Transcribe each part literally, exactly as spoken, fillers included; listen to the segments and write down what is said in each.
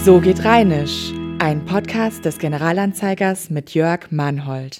So geht Rheinisch, ein Podcast des Generalanzeigers mit Jörg Mannhold.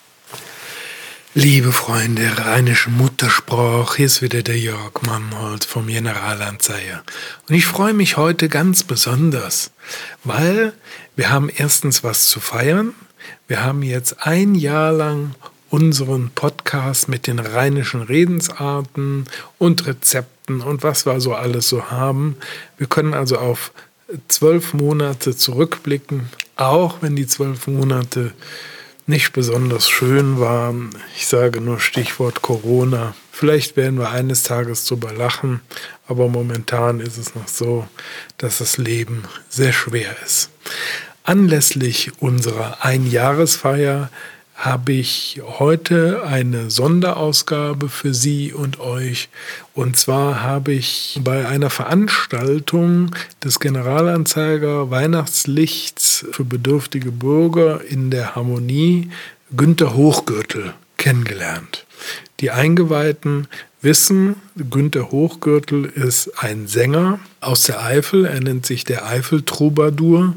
Liebe Freunde, rheinischen Muttersprach, hier ist wieder der Jörg Mannhold vom Generalanzeiger. Und ich freue mich heute ganz besonders, weil wir haben erstens was zu feiern. Wir haben jetzt ein Jahr lang unseren Podcast mit den rheinischen Redensarten und Rezepten und was wir so alles so haben. Wir können also auf zwölf Monate zurückblicken, auch wenn die zwölf Monate nicht besonders schön waren. Ich sage nur Stichwort Corona. Vielleicht werden wir eines Tages drüber lachen, aber momentan ist es noch so, dass das Leben sehr schwer ist. Anlässlich unserer Einjahresfeier habe ich heute eine Sonderausgabe für Sie und euch. Und zwar habe ich bei einer Veranstaltung des Generalanzeiger Weihnachtslichts für bedürftige Bürger in der Harmonie Günter Hochgürtel kennengelernt. Die Eingeweihten wissen, Günter Hochgürtel ist ein Sänger aus der Eifel. Er nennt sich der Eifel-Troubadour.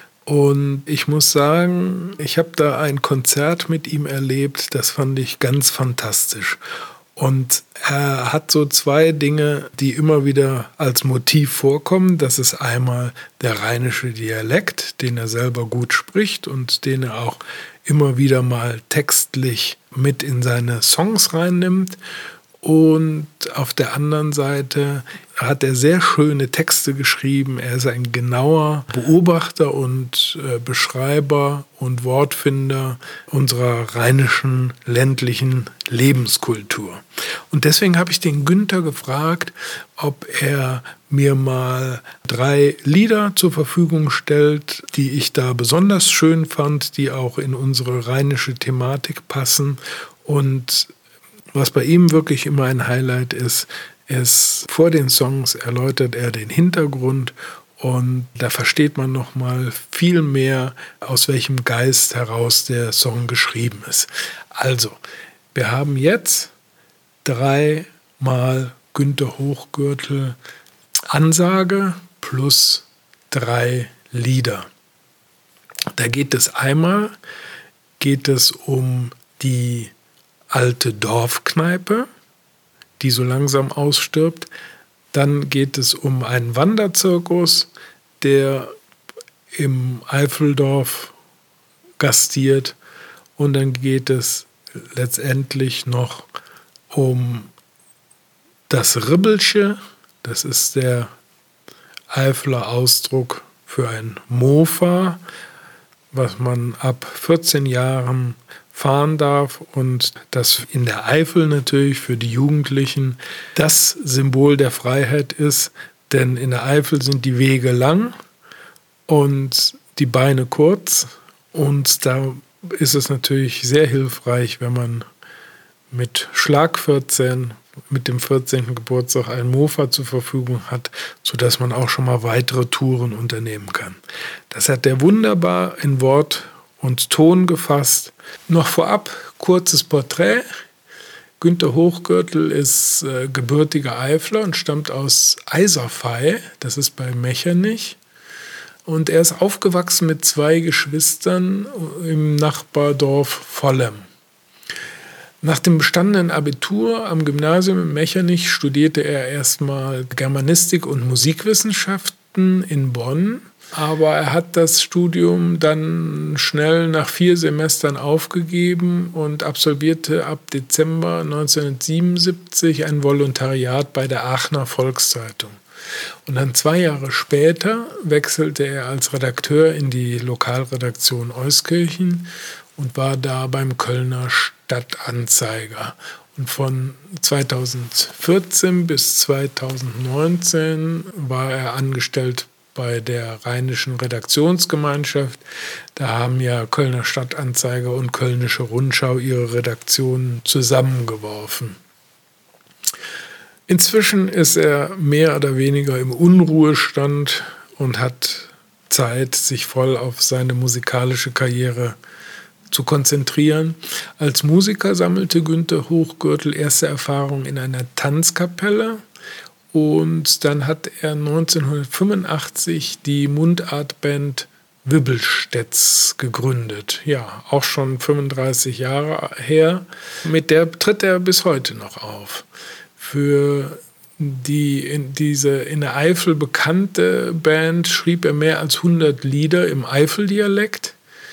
Und ich muss sagen, ich habe da ein Konzert mit ihm erlebt, das fand ich ganz fantastisch. Und er hat so zwei Dinge, die immer wieder als Motiv vorkommen. Das ist einmal der rheinische Dialekt, den er selber gut spricht und den er auch immer wieder mal textlich mit in seine Songs reinnimmt. Und auf der anderen Seite hat er sehr schöne Texte geschrieben. Er ist ein genauer Beobachter und äh, Beschreiber und Wortfinder unserer rheinischen ländlichen Lebenskultur. Und deswegen habe ich den Günter gefragt, ob er mir mal drei Lieder zur Verfügung stellt, die ich da besonders schön fand, die auch in unsere rheinische Thematik passen. Und was bei ihm wirklich immer ein Highlight ist, ist, vor den Songs erläutert er den Hintergrund und da versteht man nochmal viel mehr, aus welchem Geist heraus der Song geschrieben ist. Also, wir haben jetzt dreimal Günter Hochgürtel Ansage plus drei Lieder. Da geht es einmal, geht es um die alte Dorfkneipe, die so langsam ausstirbt. Dann geht es um einen Wanderzirkus, der im Eifeldorf gastiert. Und dann geht es letztendlich noch um das Ribbelsche. Das ist der Eifeler Ausdruck für ein Mofa, was man ab vierzehn Jahren fahren darf und das in der Eifel natürlich für die Jugendlichen das Symbol der Freiheit ist, denn in der Eifel sind die Wege lang und die Beine kurz und da ist es natürlich sehr hilfreich, wenn man mit Schlag vierzehn, mit dem vierzehnten Geburtstag ein Mofa zur Verfügung hat, sodass man auch schon mal weitere Touren unternehmen kann. Das hat er wunderbar in Wort und Ton gefasst. Noch vorab, kurzes Porträt. Günter Hochgürtel ist äh, gebürtiger Eifler und stammt aus Eiserfey, das ist bei Mechernich. Und er ist aufgewachsen mit zwei Geschwistern im Nachbardorf Vollem. Nach dem bestandenen Abitur am Gymnasium in Mechernich studierte er erstmal Germanistik und Musikwissenschaften in Bonn. Aber er hat das Studium dann schnell nach vier Semestern aufgegeben und absolvierte ab Dezember neunzehnhundertsiebenundsiebzig ein Volontariat bei der Aachener Volkszeitung. Und dann zwei Jahre später wechselte er als Redakteur in die Lokalredaktion Euskirchen und war da beim Kölner Stadtanzeiger. Und von zweitausendvierzehn bis zweitausendneunzehn war er angestellt bei der Rheinischen Redaktionsgemeinschaft. Da haben ja Kölner Stadtanzeiger und Kölnische Rundschau ihre Redaktionen zusammengeworfen. Inzwischen ist er mehr oder weniger im Unruhestand und hat Zeit, sich voll auf seine musikalische Karriere zu konzentrieren. Als Musiker sammelte Günter Hochgürtel erste Erfahrungen in einer Tanzkapelle Und dann hat er neunzehnhundertfünfundachtzig die Mundartband Wibbelstätts gegründet. Ja, auch schon fünfunddreißig Jahre her. Mit der tritt er bis heute noch auf. Für die in diese in der Eifel bekannte Band schrieb er mehr als hundert Lieder im Eifeldialekt.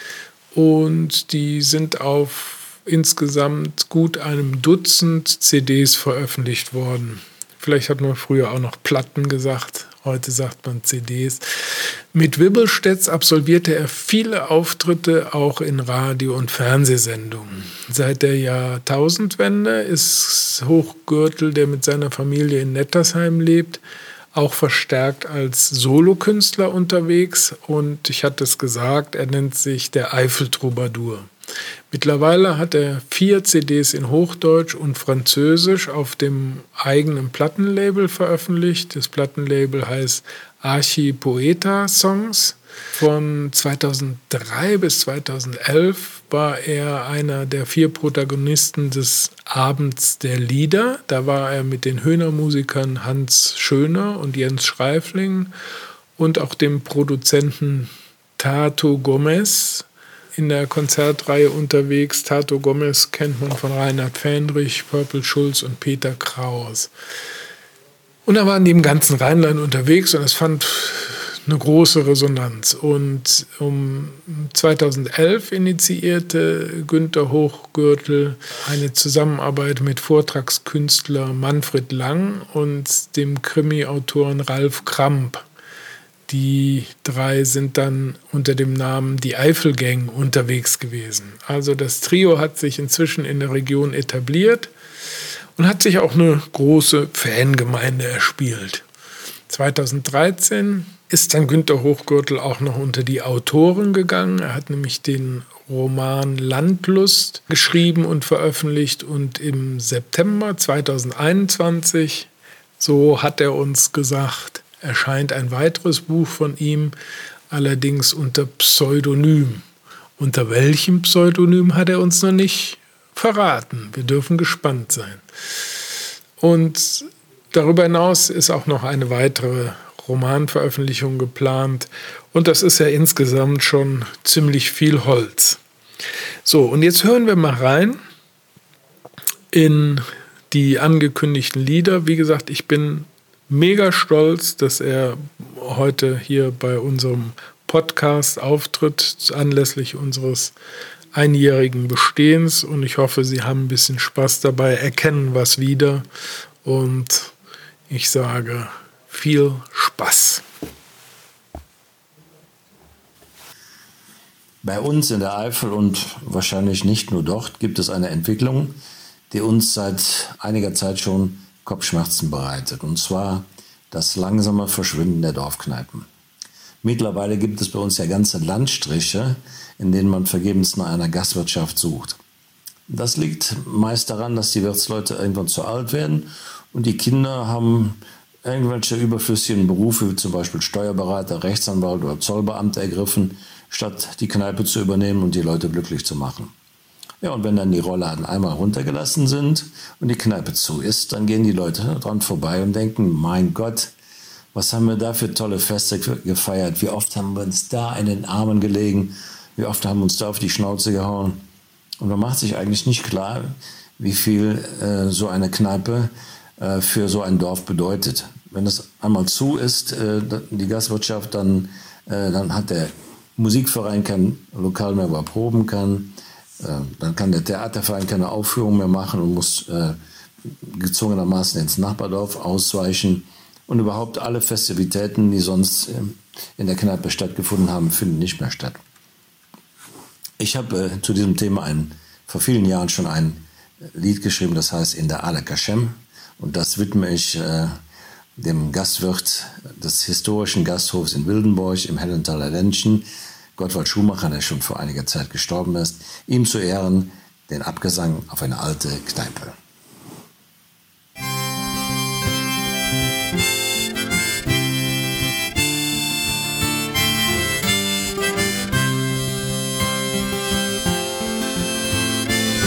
Und die sind auf insgesamt gut einem Dutzend C Ds veröffentlicht worden. Vielleicht hat man früher auch noch Platten gesagt, heute sagt man C Ds. Mit Wibbelstätts absolvierte er viele Auftritte auch in Radio- und Fernsehsendungen. Seit der Jahrtausendwende ist Hochgürtel, der mit seiner Familie in Nettersheim lebt, auch verstärkt als Solokünstler unterwegs. Und ich hatte es gesagt, er nennt sich der Eifel-Troubadour. Mittlerweile hat er vier C Ds in Hochdeutsch und Französisch auf dem eigenen Plattenlabel veröffentlicht. Das Plattenlabel heißt Archipoeta Songs. Von zweitausenddrei bis zweitausendelf war er einer der vier Protagonisten des Abends der Lieder. Da war er mit den Höhner-Musikern Hans Schöner und Jens Schreifling und auch dem Produzenten Tato Gomez in der Konzertreihe unterwegs. Tato Gomez kennt man von Reinhard Fähnrich, Purple Schulz und Peter Kraus. Und da waren die im ganzen Rheinland unterwegs und es fand eine große Resonanz. Und um zweitausendelf initiierte Günter Hochgürtel eine Zusammenarbeit mit Vortragskünstler Manfred Lang und dem Krimi-Autoren Ralf Kramp. Die drei sind dann unter dem Namen die Eifelgang unterwegs gewesen. Also das Trio hat sich inzwischen in der Region etabliert und hat sich auch eine große Fangemeinde erspielt. zweitausenddreizehn ist dann Günter Hochgürtel auch noch unter die Autoren gegangen. Er hat nämlich den Roman Landlust geschrieben und veröffentlicht und im September zweitausendeinundzwanzig, so hat er uns gesagt, erscheint ein weiteres Buch von ihm, allerdings unter Pseudonym. Unter welchem Pseudonym hat er uns noch nicht verraten. Wir dürfen gespannt sein. Und darüber hinaus ist auch noch eine weitere Romanveröffentlichung geplant. Und das ist ja insgesamt schon ziemlich viel Holz. So, und jetzt hören wir mal rein in die angekündigten Lieder. Wie gesagt, ich bin mega stolz, dass er heute hier bei unserem Podcast auftritt, anlässlich unseres einjährigen Bestehens. Und ich hoffe, Sie haben ein bisschen Spaß dabei, erkennen was wieder. Und ich sage viel Spaß. Bei uns in der Eifel und wahrscheinlich nicht nur dort gibt es eine Entwicklung, die uns seit einiger Zeit schon Kopfschmerzen bereitet, und zwar das langsame Verschwinden der Dorfkneipen. Mittlerweile gibt es bei uns ja ganze Landstriche, in denen man vergebens nach einer Gastwirtschaft sucht. Das liegt meist daran, dass die Wirtsleute irgendwann zu alt werden und die Kinder haben irgendwelche überflüssigen Berufe, wie zum Beispiel Steuerberater, Rechtsanwalt oder Zollbeamte ergriffen, statt die Kneipe zu übernehmen und die Leute glücklich zu machen. Ja, und wenn dann die Rollladen einmal runtergelassen sind und die Kneipe zu ist, dann gehen die Leute dran vorbei und denken, mein Gott, was haben wir da für tolle Feste gefeiert? Wie oft haben wir uns da in den Armen gelegen? Wie oft haben wir uns da auf die Schnauze gehauen? Und man macht sich eigentlich nicht klar, wie viel äh, so eine Kneipe äh, für so ein Dorf bedeutet. Wenn es einmal zu ist, äh, die Gastwirtschaft, dann, äh, dann hat der Musikverein kein Lokal mehr, wo er proben kann. Dann kann der Theaterverein keine Aufführung mehr machen und muss äh, gezwungenermaßen ins Nachbardorf ausweichen. Und überhaupt alle Festivitäten, die sonst äh, in der Kneipe stattgefunden haben, finden nicht mehr statt. Ich habe äh, zu diesem Thema ein, vor vielen Jahren schon ein Lied geschrieben, das heißt In der Ale Kashem. Und das widme ich äh, dem Gastwirt des historischen Gasthofs in Wildenborch im Hellenthaler Ländchen, Gottwald Schumacher, der schon vor einiger Zeit gestorben ist, ihm zu Ehren den Abgesang auf eine alte Kneipe.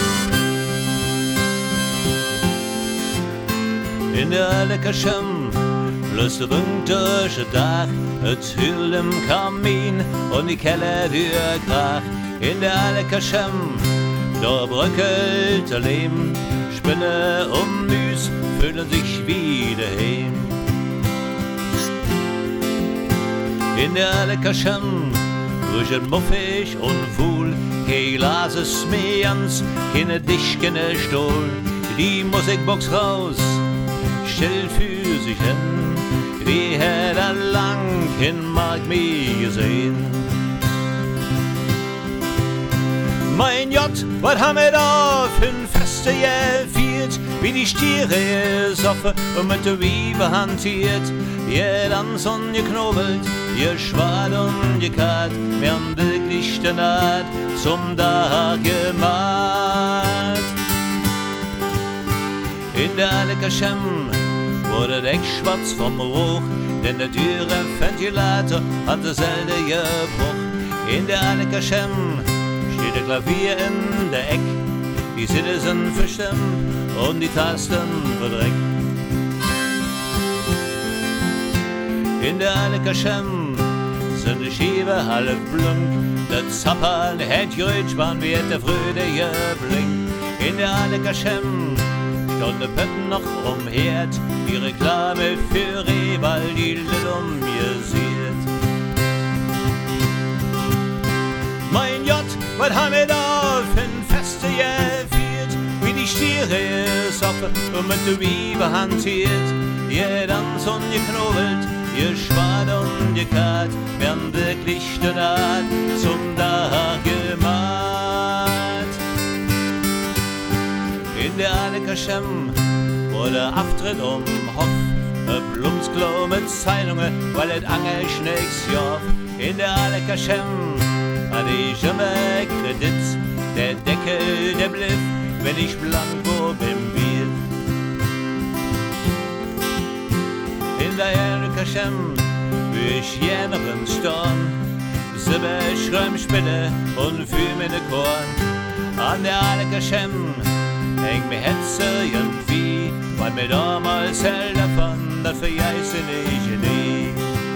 In der Ale Kashem Flüsterung durch den Dach, et Hüll im Kamin und die Kelle durch Krach. In der Alekaschem, da bröckelt der Lehm, Spinne und Müs fühlen sich wieder heim. In der Alekaschem, rüschen muffig und fuhl, kein Glases Means, keine Dich, keine Stuhl. Die Musikbox raus, still für sich hin, die hätte er lang in Mark mir gesehen. Mein Gott, was haben wir da für ein Feste gefeiert, wie die Stiere soffen und mit der Wiebe hantiert. Ihr Tanz und geknobelt, ihr Schwad und gekarrt, wir haben wirklich den Art zum Tag gemacht. In der Alekaschem wurde Deck schwarz vom Rauch, denn der teure Ventilator hatte selten Gebruch. In der Alekaschem steht der Klavier in der Eck, die Sinne sind verstimmt und die Tasten verdreckt. In der Alekaschem sind die Schiebe halb blunk, der Zappern hätt Jötschbahn wird der fröhliche Blink. In der Alekaschem stand der Pötten noch umherd, die Reklame für Rebal, die Lill um mir sieht. Mein Gott, was haben wir da für ein Feste gefeiert, wie die Stiere soffen und mit der Wiebe hantiert. Ihr Tanz und geknobelt, ihr Schwad und gekarrt, wir haben wirklich den Art zum Tag gemacht. In der Alekaschem wurde Auftritt um Hof, ein Blumsklo mit Zeilungen, weil et Angel schnägs joff. In der Alekaschem hatte ich immer Kredit, der Deckel, der bliff, wenn ich blanko bin will. In der Alekaschem will ich jemeren Storn, Sibbe, Schrömspinne und fühl mir ne Korn. An der Alekaschem häng mir Hetze irgendwie, weil mir damals hell davon, das vergeiße ich nie.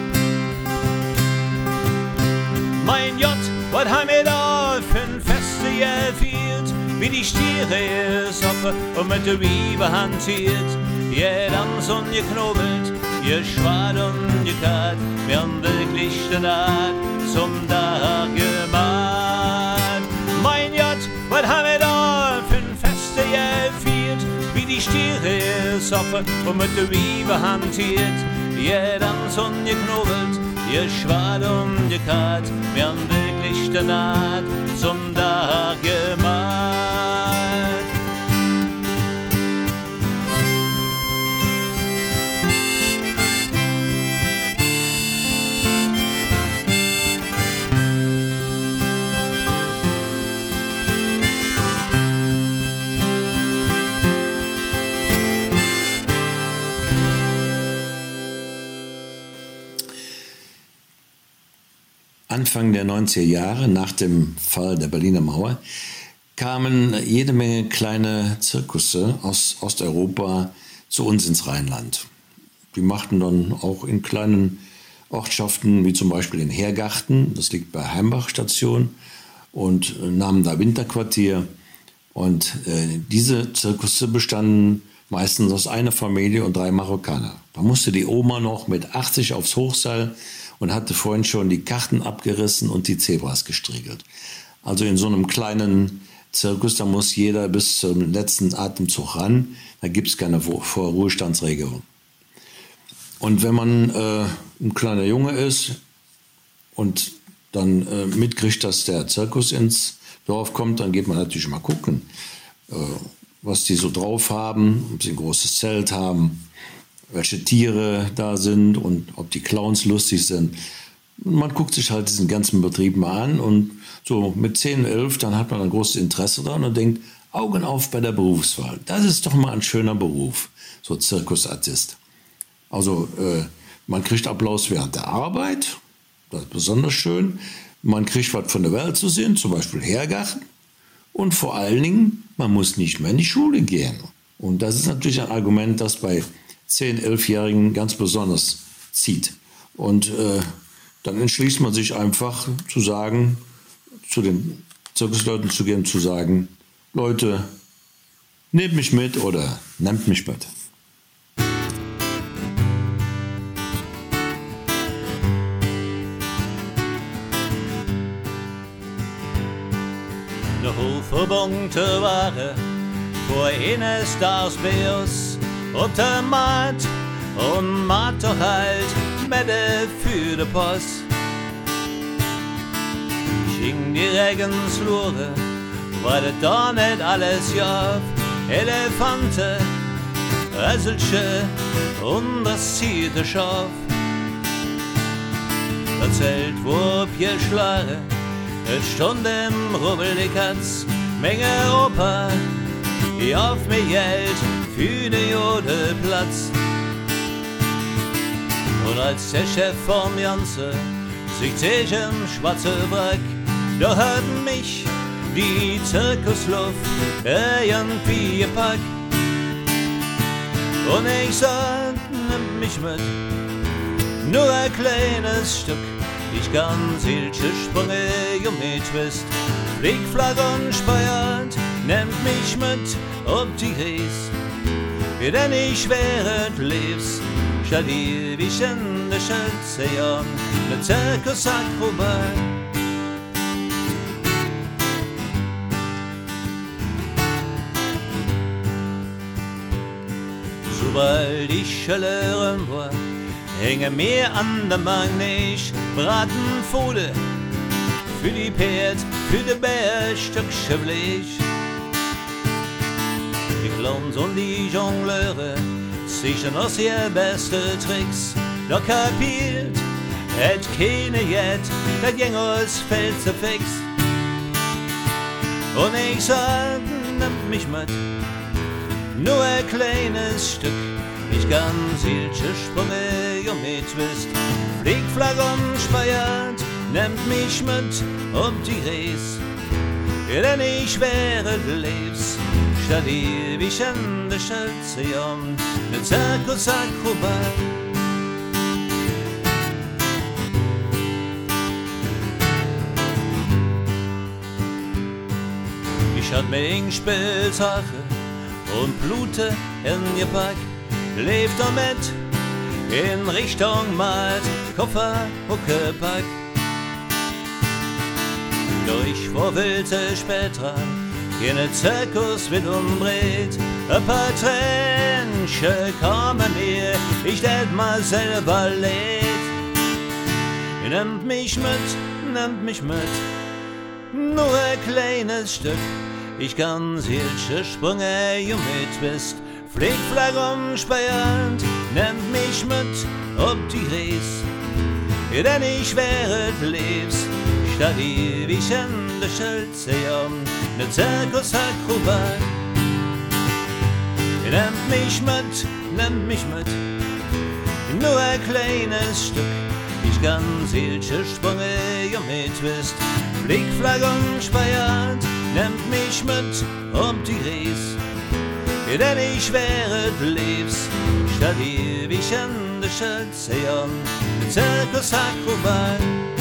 Mein Gott, was haben wir da für ein Feste gefeiert, wie die Stiere soffen und mit der Wiebe hantiert. Ihr Tanz und geknobelt, ihr Schwad und gekarrt, wir haben wirklich den Art zum Tag gemacht. Mein Gott, was haben wir da für ein Feste gefeiert, wie die Stiere soffen und mit der Wiebe hantiert. Ihr Tanz und geknobelt, ihr Schwad und gekarrt, wir haben wirklich den Art zum Tag gemacht. Anfang der neunziger Jahre, nach dem Fall der Berliner Mauer, kamen jede Menge kleine Zirkusse aus Osteuropa zu uns ins Rheinland. Die machten dann auch in kleinen Ortschaften, wie zum Beispiel in Hergarten, das liegt bei Heimbach Station, und nahmen da Winterquartier. Und äh, diese Zirkusse bestanden meistens aus einer Familie und drei Marokkaner. Da musste die Oma noch mit achtzig aufs Hochseil und hatte vorhin schon die Karten abgerissen und die Zebras gestriegelt. Also in so einem kleinen Zirkus, da muss jeder bis zum letzten Atemzug ran. Da gibt es keine Vorruhestandsregelung. Und wenn man äh, ein kleiner Junge ist und dann äh, mitkriegt, dass der Zirkus ins Dorf kommt, dann geht man natürlich mal gucken, äh, was die so drauf haben, ob sie ein großes Zelt haben, welche Tiere da sind und ob die Clowns lustig sind. Man guckt sich halt diesen ganzen Betrieb mal an und so mit zehn, elf, dann hat man ein großes Interesse daran und denkt, Augen auf bei der Berufswahl. Das ist doch mal ein schöner Beruf, so Zirkusartist. Also äh, man kriegt Applaus während der Arbeit, das ist besonders schön. Man kriegt was von der Welt zu sehen, zum Beispiel Hergarten. Und vor allen Dingen, man muss nicht mehr in die Schule gehen. Und das ist natürlich ein Argument, das bei zehn-, elfjährigen ganz besonders zieht. Und äh, dann entschließt man sich einfach zu sagen, zu den Zirkusleuten zu gehen, zu sagen, Leute, nehmt mich mit oder nehmt mich mit. De hoofdverbonte waren voor eines Stars Beers op de maat und maat toch halt met de für de Post. Ging die Regens lure, war det da nicht alles jaff. Elefante, Rösselche und das zierte Schaf. Das Zelt wo Pierschlare, es stund im Rubbel die Katz. Menge Opa, die auf mir Geld für den Jodelplatz. Und als der Chef vom Janze sich zwischen schwarze Brack, da hörten mich die Zirkusluft irgendwie gepackt. Und ich sag, nimm mich mit, nur ein kleines Stück. Ich kann solche Sprünge um mich twist. Fliegflag und speiert, nimmt mich mit ob die Gräs. Denn ich während lebs, statt ewig in der Schätze, ja, ne Zirkusakrobat. Sobald ich Schölle war, hänge mir an der Magnet, Bratenfohle für die Pferd, für die Bär, Stückchen Blech. Die Clowns und die Jongleure sichern aus ihr beste Tricks, doch kapiert, hätt keine jet, das ging aus Felsen fix. Und ich sag, nimm mich mit, nur ein kleines Stück. Ich kann solche Sprünge um mich twist. Fliegflag und speiert, nimmt mich mit ob die Gräs. Denn ich wäre lebs, statt ewig in der Schätze, ja, ne Zirkusakrobat. Ich hat mir eng Spielsache und Blute in gepackt, lebt damit in Richtung Malt, Koffer, Huckepack. Durch vor wilde später, jene Zirkus wird umdreht, ein paar Tränchen kommen mir, ich det mal selber lädt. Nehmt mich mit, nehmt mich mit, nur ein kleines Stück. Ich kann solche Sprünge um mich twist. Fliegflag umspeiert, nehmt mich mit ob die Gräs. Denn ich wäre lebs, statt ewig in der Schätze, ja, ne Zirkusakrobat. Nehmt mich mit, nehmt mich mit, nur ein kleines Stück. Ich kann solche Sprünge um mich twist. Fliegflag umspeiert, nehmt mich mit ob die Gräs. Denn ich wäre lebs, statt ewig in der Schätze, ja, ne Zirkusakrobat.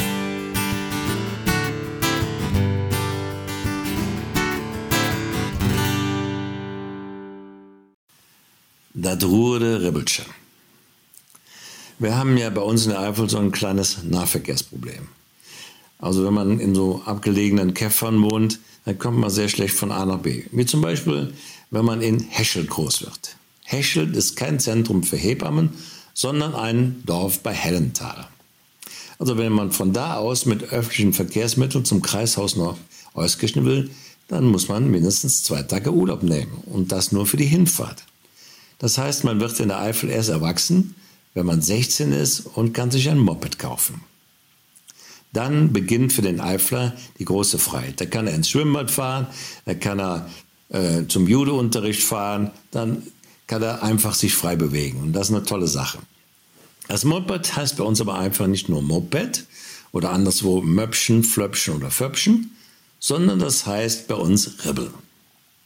Das Ruhrde Ribbelchen. Wir haben ja bei uns in der Eifel so ein kleines Nahverkehrsproblem. Also wenn man in so abgelegenen Käffern wohnt, dann kommt man sehr schlecht von A nach B. Wie zum Beispiel, wenn man in Heschel groß wird. Heschel ist kein Zentrum für Hebammen, sondern ein Dorf bei Hellenthal. Also wenn man von da aus mit öffentlichen Verkehrsmitteln zum Kreishaus nach Euskirchen will, dann muss man mindestens zwei Tage Urlaub nehmen und das nur für die Hinfahrt. Das heißt, man wird in der Eifel erst erwachsen, wenn man sechzehn ist und kann sich ein Moped kaufen. Dann beginnt für den Eifler die große Freiheit. Da kann er ins Schwimmbad fahren, da kann er äh, zum Judounterricht fahren, dann kann er einfach sich frei bewegen. Und das ist eine tolle Sache. Das Moped heißt bei uns aber einfach nicht nur Moped oder anderswo Möpschen, Flöpschen oder Föpschen, sondern das heißt bei uns Ribbel.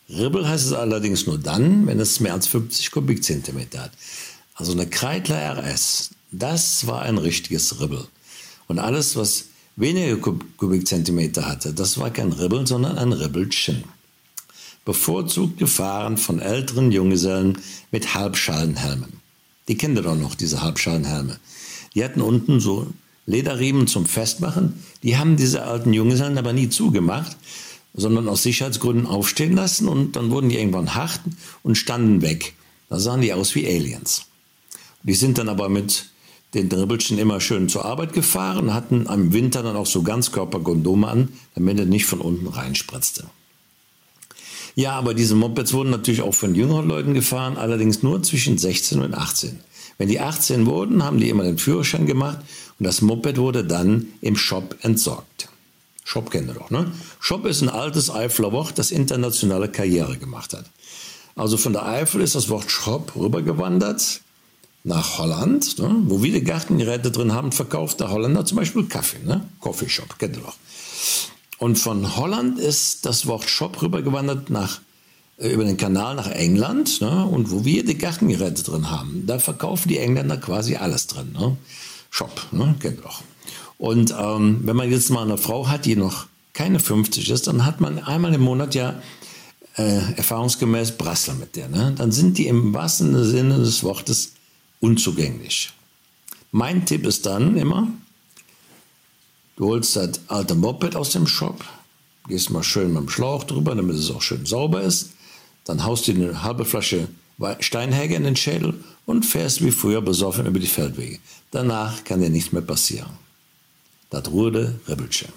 Ribbel heißt es allerdings nur dann, wenn es mehr als fünfzig Kubikzentimeter hat. Also eine Kreidler R S, das war ein richtiges Ribbel. Und alles, was weniger Kubikzentimeter hatte, das war kein Ribbel, sondern ein Ribbelchen. Bevorzugt gefahren von älteren Junggesellen mit Halbschalenhelmen. Die kennt ihr doch noch, diese Halbschalenhelme. Die hatten unten so Lederriemen zum Festmachen. Die haben diese alten Junggesellen aber nie zugemacht, sondern aus Sicherheitsgründen aufstehen lassen und dann wurden die irgendwann hart und standen weg. Da sahen die aus wie Aliens. Die sind dann aber mit den Dribbelchen immer schön zur Arbeit gefahren, hatten im Winter dann auch so Ganzkörperkondome an, damit er nicht von unten reinspritzte. Ja, aber diese Mopeds wurden natürlich auch von jüngeren Leuten gefahren, allerdings nur zwischen sechzehn und achtzehn. Wenn die achtzehn wurden, haben die immer den Führerschein gemacht und das Moped wurde dann im Shop entsorgt. Shop kennt ihr doch, ne? Shop ist ein altes Eifeler Wort, das internationale Karriere gemacht hat. Also von der Eifel ist das Wort Shop rübergewandert nach Holland, ne? Wo viele Gartengeräte drin haben, verkauft der Holländer zum Beispiel Kaffee, ne? Coffee Shop, kennt ihr doch. Und von Holland ist das Wort Shop rübergewandert nach, äh, über den Kanal nach England, ne? Und wo wir die Gartengeräte drin haben, da verkaufen die Engländer quasi alles drin, ne? Shop, ne? Kennt ihr doch. Und ähm, wenn man jetzt mal eine Frau hat, die noch keine fünfzig ist, dann hat man einmal im Monat ja äh, erfahrungsgemäß Brassel mit der. Ne? Dann sind die im wahrsten Sinne des Wortes unzugänglich. Mein Tipp ist dann immer, du holst das alte Moped aus dem Shop, gehst mal schön mit dem Schlauch drüber, damit es auch schön sauber ist, dann haust du eine halbe Flasche Steinhäge in den Schädel und fährst wie früher besoffen über die Feldwege. Danach kann dir nichts mehr passieren. Das wurde Ribbelchen.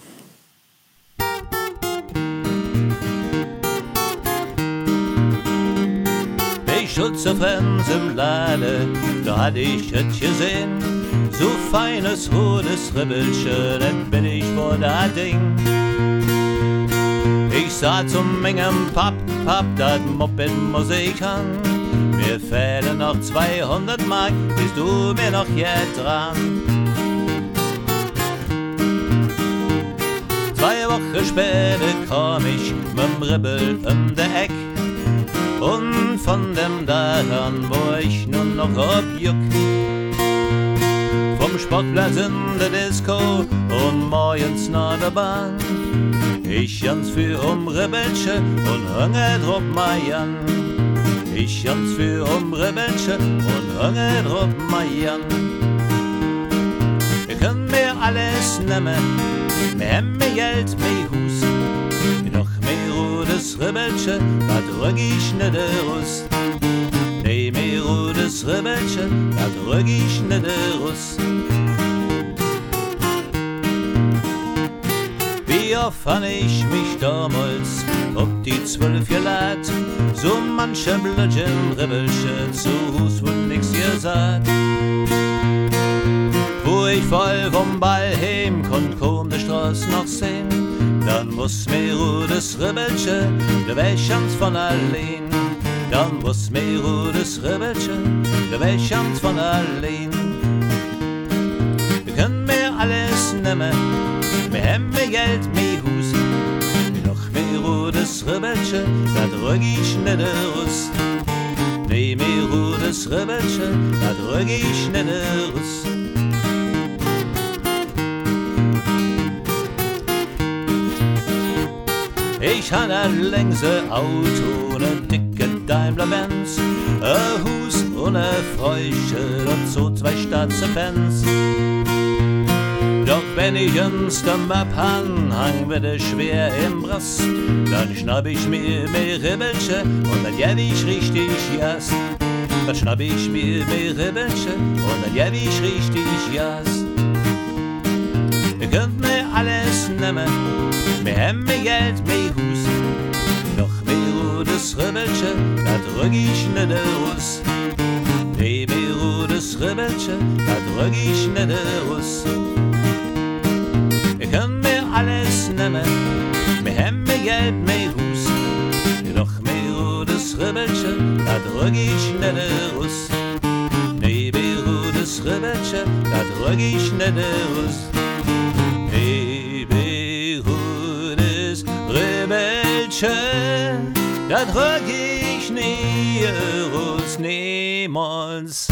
Ich schutze Fans im Lade, da hatte ich es gesehen. So feines, rotes Ribbelchen, das bin ich vor der Ding. Ich sah zum Mengem Papp, Papp, das Moped muss ich haben. Mir fehlen noch zweihundert Mark, bist du mir noch hier dran. Zwei Wochen später kam ich mit'm Ribbel um der Eck. Und von dem Tag an war ich nun noch abjuck. Vom Sportplatz in der Disco und morgens nach der Bahn. Ich ganz für um Ribbelchen und hänge drauf mal an. Ich ganz für um Ribbelchen und hänge drauf mal an. Ihr könnt mir alles nehmen, wir haben mehr Geld, mehr Hus, noch mehr rotes Ribbelchen, da drück ich nicht raus. Nee, mehr rotes Ribbelchen, da drück ich nicht raus. Wie oft han ich mich damals ob die zwölf gelädt, so manche blödchen Ribbelchen zu Hus wohl nix gesagt. Wo ich voll vom Ball heim konnt kaum de Straße noch sehen, dann muss mir rotes Ribbelchen, da wär ich ganz von allein. Dann muss mir rotes Ribbelchen, da wär ich ganz von allein. Wir können mir alles nehmen, wir haben mehr Geld, mehr Hus, noch mehr rotes Ribbelchen, da drück ich nicht raus. Nee, mehr rotes Ribbelchen, da drück ich nicht raus. Ich han ein längse Auto, ne dicke Daimler-Benz, ein Hus und ne Fräuche und so zwei Staatsfans. Doch wenn ich ins der Map hang, hang wird es schwer im Brass, dann schnapp ich mir mehr Ribbelchen und dann geb ich richtig Jas. Dann schnapp ich mir mehr Ribbelchen und dann geb ich richtig Jas. Ihr könnt mir alles nehmen, wir haben mehr Geld, mehr Hus, noch mehr rotes Ribbelchen, da drück ich nicht raus. Nee, mehr rotes Ribbelchen, da drück ich nicht raus. Ihr könnt mir alles nehmen, wir haben mehr Geld, mehr Hus, noch mehr rotes Ribbelchen, da drück ich nicht raus. Nee, mehr rotes Ribbelchen, da drück ich nicht raus. Nee, mehr rotes Ribbelchen, da das rück ich näher als niemals.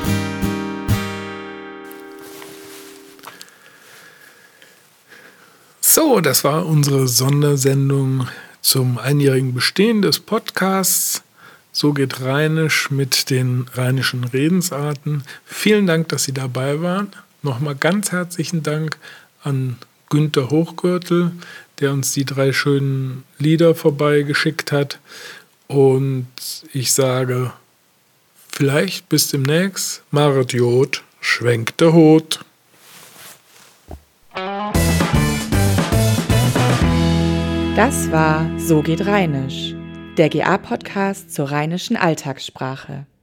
So, das war unsere Sondersendung zum einjährigen Bestehen des Podcasts. So geht Rheinisch mit den rheinischen Redensarten. Vielen Dank, dass Sie dabei waren. Nochmal ganz herzlichen Dank an Günther Hochgürtel, der uns die drei schönen Lieder vorbeigeschickt hat. Und ich sage, vielleicht bis demnächst. Maret Jod, schwenkt der Hut. Das war So geht Rheinisch, der G A-Podcast zur rheinischen Alltagssprache.